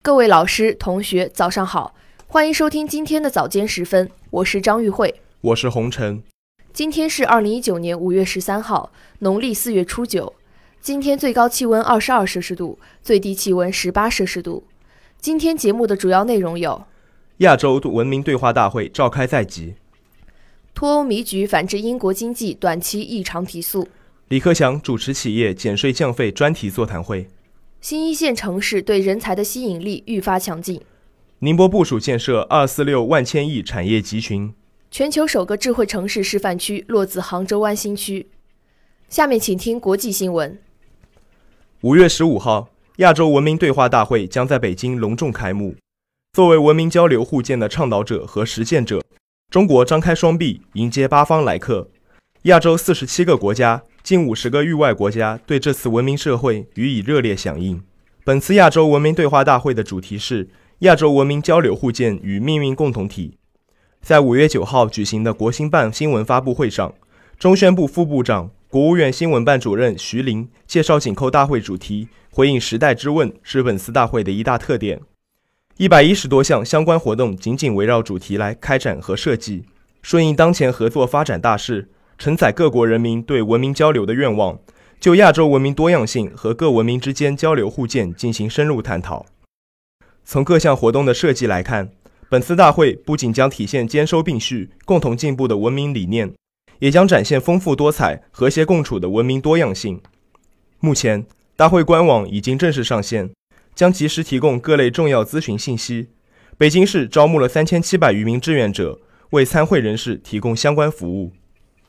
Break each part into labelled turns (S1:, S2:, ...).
S1: 各位老师、同学，早上好，欢迎收听今天的早间时分，我是张玉慧，
S2: 我是洪晨。
S1: 今天是2019年5月13号，农历4月初9。今天最高气温22摄氏度，最低气温18摄氏度。今天节目的主要内容有：
S2: 亚洲文明对话大会召开在即；
S1: 脱欧迷局反制英国经济短期异常提速；
S2: 李克强主持企业减税降费专题座谈会；
S1: 新一线城市对人才的吸引力愈发强劲；
S2: 宁波部署建设246万千亿产业集群；
S1: 全球首个智慧城市示范区落自杭州湾新区。下面请听国际新闻。
S2: 5月15号，亚洲文明对话大会将在北京隆重开幕。作为文明交流互鉴的倡导者和实践者，中国张开双臂迎接八方来客。亚洲47个国家、近50个域外国家对这次文明社会予以热烈响应。本次亚洲文明对话大会的主题是亚洲文明交流互鉴与命运共同体。在5月9号举行的国新办新闻发布会上，中宣部副部长、国务院新闻办主任徐林介绍紧扣大会主题，回应时代之问是本次大会的一大特点。110多项相关活动紧紧围绕主题来开展和设计，顺应当前合作发展大势，承载各国人民对文明交流的愿望，就亚洲文明多样性和各文明之间交流互鉴进行深入探讨。从各项活动的设计来看，本次大会不仅将体现兼收并蓄、共同进步的文明理念，也将展现丰富多彩、和谐共处的文明多样性。目前，大会官网已经正式上线，将及时提供各类重要咨询信息。北京市招募了3700余名志愿者，为参会人士提供相关服务。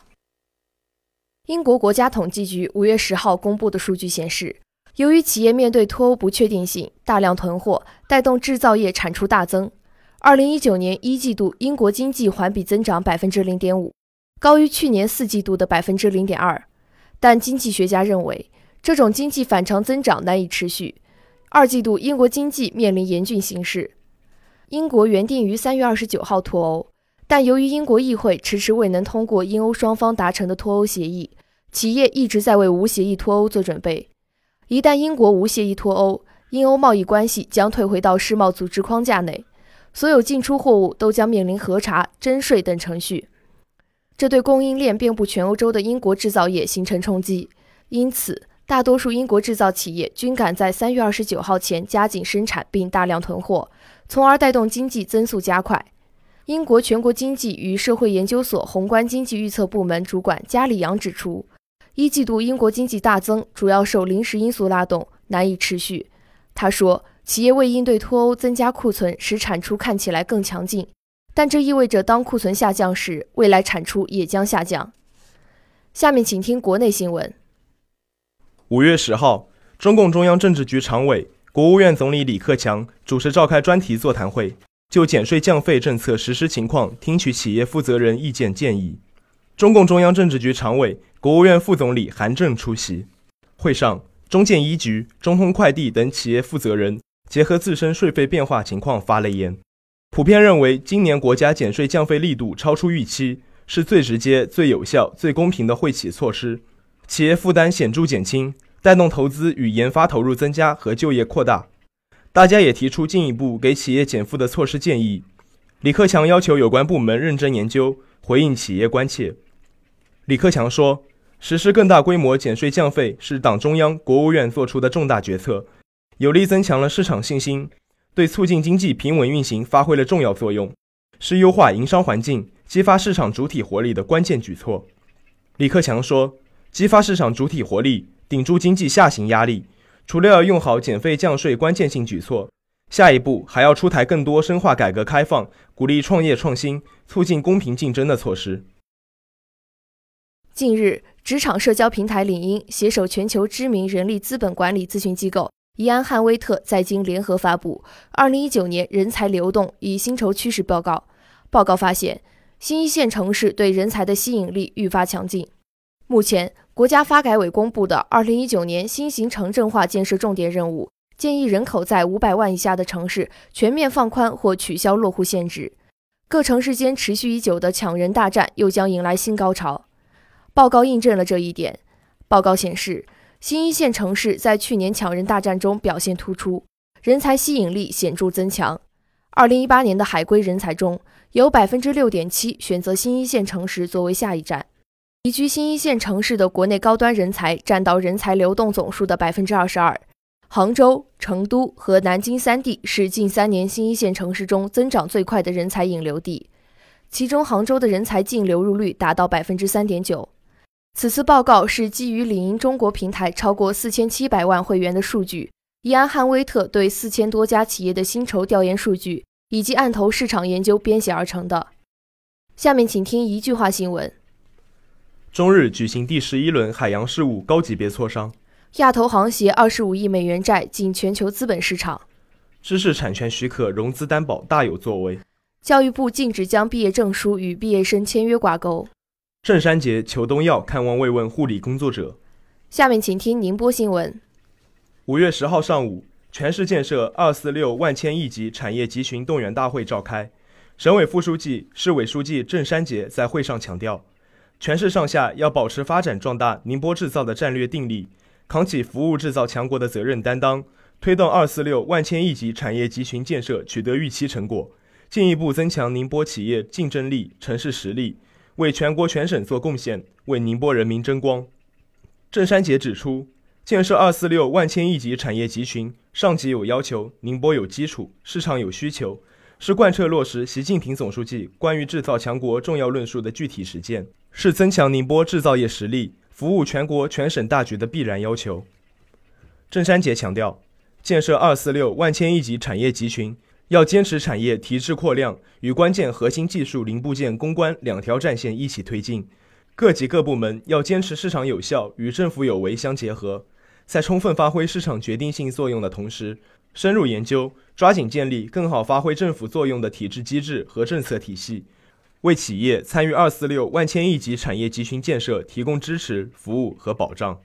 S1: 英国国家统计局5月10号公布的数据显示，由于企业面对脱欧不确定性，大量囤货，带动制造业产出大增。2019年1季度英国经济环比增长 0.5%， 高于去年4季度的 0.2%。 但经济学家认为，这种经济反常增长难以持续。2季度英国经济面临严峻形势。英国原定于3月29号脱欧，但由于英国议会迟迟未能通过英欧双方达成的脱欧协议，企业一直在为无协议脱欧做准备。一旦英国无协议脱欧，英欧贸易关系将退回到世贸组织框架内，所有进出货物都将面临核查、征税等程序，这对供应链遍布全欧洲的英国制造业形成冲击。因此，大多数英国制造企业均赶在3月29号前加紧生产并大量囤货，从而带动经济增速加快。英国全国经济与社会研究所宏观经济预测部门主管加里扬指出，1季度英国经济大增主要受临时因素拉动，难以持续。他说，企业为应对脱欧增加库存，使产出看起来更强劲，但这意味着当库存下降时，未来产出也将下降。下面请听国内新闻。
S2: 5月10号，中共中央政治局常委、国务院总理李克强主持召开专题座谈会，就减税降费政策实施情况听取企业负责人意见建议。中共中央政治局常委、国务院副总理韩正出席。会上，中建一局、中通快递等企业负责人结合自身税费变化情况发了言，普遍认为今年国家减税降费力度超出预期，是最直接、最有效、最公平的惠企措施，企业负担显著减轻，带动投资与研发投入增加和就业扩大。大家也提出进一步给企业减负的措施建议。李克强要求有关部门认真研究，回应企业关切。李克强说，实施更大规模减税降费是党中央、国务院做出的重大决策，有力增强了市场信心，对促进经济平稳运行发挥了重要作用，是优化营商环境、激发市场主体活力的关键举措。李克强说，激发市场主体活力，顶住经济下行压力，除了要用好减费降税关键性举措，下一步还要出台更多深化改革开放、鼓励创业创新、促进公平竞争的措施。
S1: 近日，职场社交平台领英携手全球知名人力资本管理咨询机构怡安汉威特在京联合发布2019年人才流动与薪酬趋势报告。报告发现，新一线城市对人才的吸引力愈发强劲。目前，国家发改委公布的2019年新型城镇化建设重点任务，建议人口在500万以下的城市全面放宽或取消落户限制。各城市间持续已久的抢人大战又将迎来新高潮。报告印证了这一点。报告显示，新一线城市在去年抢人大战中表现突出， 人才吸引力显著增强。2018年的海归人才中，有 6.7% 选择新一线城市作为下一站。移居新一线城市的国内高端人才占到人才流动总数的 22%。杭州、成都和南京3地是近3年新一线城市中增长最快的人才引流地，其中杭州的人才净流入率达到 3.9%。此次报告是基于领英中国平台超过4700万会员的数据，以安汉威特对4000多家企业的薪酬调研数据以及案头市场研究编写而成的。下面请听一句话新闻。
S2: 中日举行第11轮海洋事务高级别磋商。
S1: 亚投行携25亿美元债进全球资本市场。
S2: 知识产权许可融资担保大有作为。
S1: 教育部禁止将毕业证书与毕业生签约挂钩。
S2: 郑山节求东药看望慰问护理工作者。
S1: 下面请听宁波新闻。
S2: 5月10号上午，全市建设246万千亿级产业集群动员大会召开。省委副书记、市委书记郑山节在会上强调，全市上下要保持发展壮大宁波制造的战略定力，扛起服务制造强国的责任担当，推动246万千亿级产业集群建设取得预期成果，进一步增强宁波企业竞争力、城市实力，为全国全省做贡献，为宁波人民争光。郑山节指出，建设246万千亿级产业集群，上级有要求，宁波有基础，市场有需求，是贯彻落实习近平总书记关于制造强国重要论述的具体实践，是增强宁波制造业实力、服务全国全省大局的必然要求。郑山节强调，建设246万千亿级产业集群，要坚持产业提质扩量与关键核心技术零部件攻关两条战线一起推进，各级各部门要坚持市场有效与政府有为相结合，在充分发挥市场决定性作用的同时，深入研究，抓紧建立更好发挥政府作用的体制机制和政策体系，为企业参与246万千亿级产业集群建设提供支持、服务和保障。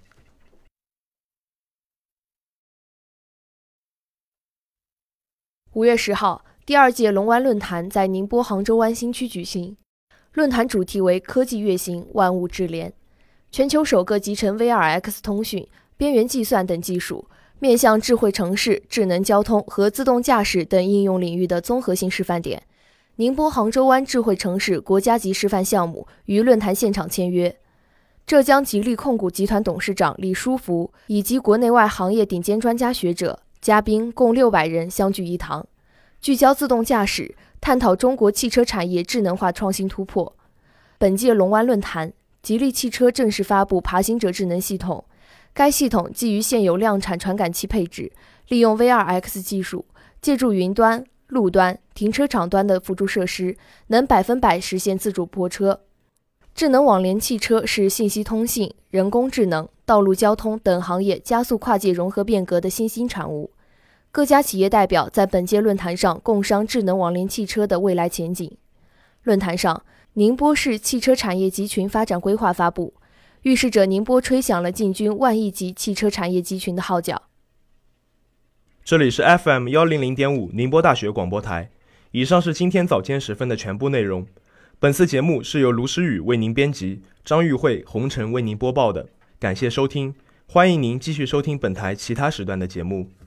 S1: 5月10号，第2届龙湾论坛在宁波杭州湾新区举行。论坛主题为科技跃行，万物智联，全球首个集成 VRX 通讯、边缘计算等技术，面向智慧城市、智能交通和自动驾驶等应用领域的综合性示范点。宁波杭州湾智慧城市国家级示范项目于论坛现场签约。浙江吉利控股集团董事长李书福以及国内外行业顶尖专家学者、嘉宾共600人相聚一堂，聚焦自动驾驶，探讨中国汽车产业智能化创新突破。本届龙湾论坛，吉利汽车正式发布爬行者智能系统，该系统基于现有量产传感器配置，利用 VRX 技术，借助云端、路端、停车场端的辅助设施，能100%实现自主泊车。智能网联汽车是信息通信、人工智能、道路交通等行业加速跨界融合变革的新兴产物。各家企业代表在本届论坛上共商智能网联汽车的未来前景。论坛上，宁波市汽车产业集群发展规划发布，预示着宁波吹响了进军万亿级汽车产业集群的号角。
S2: 这里是 FM100.5 宁波大学广播台。以上是今天早间时分的全部内容。本次节目是由卢诗雨为您编辑，张玉慧、洪晨为您播报的。感谢收听，欢迎您继续收听本台其他时段的节目。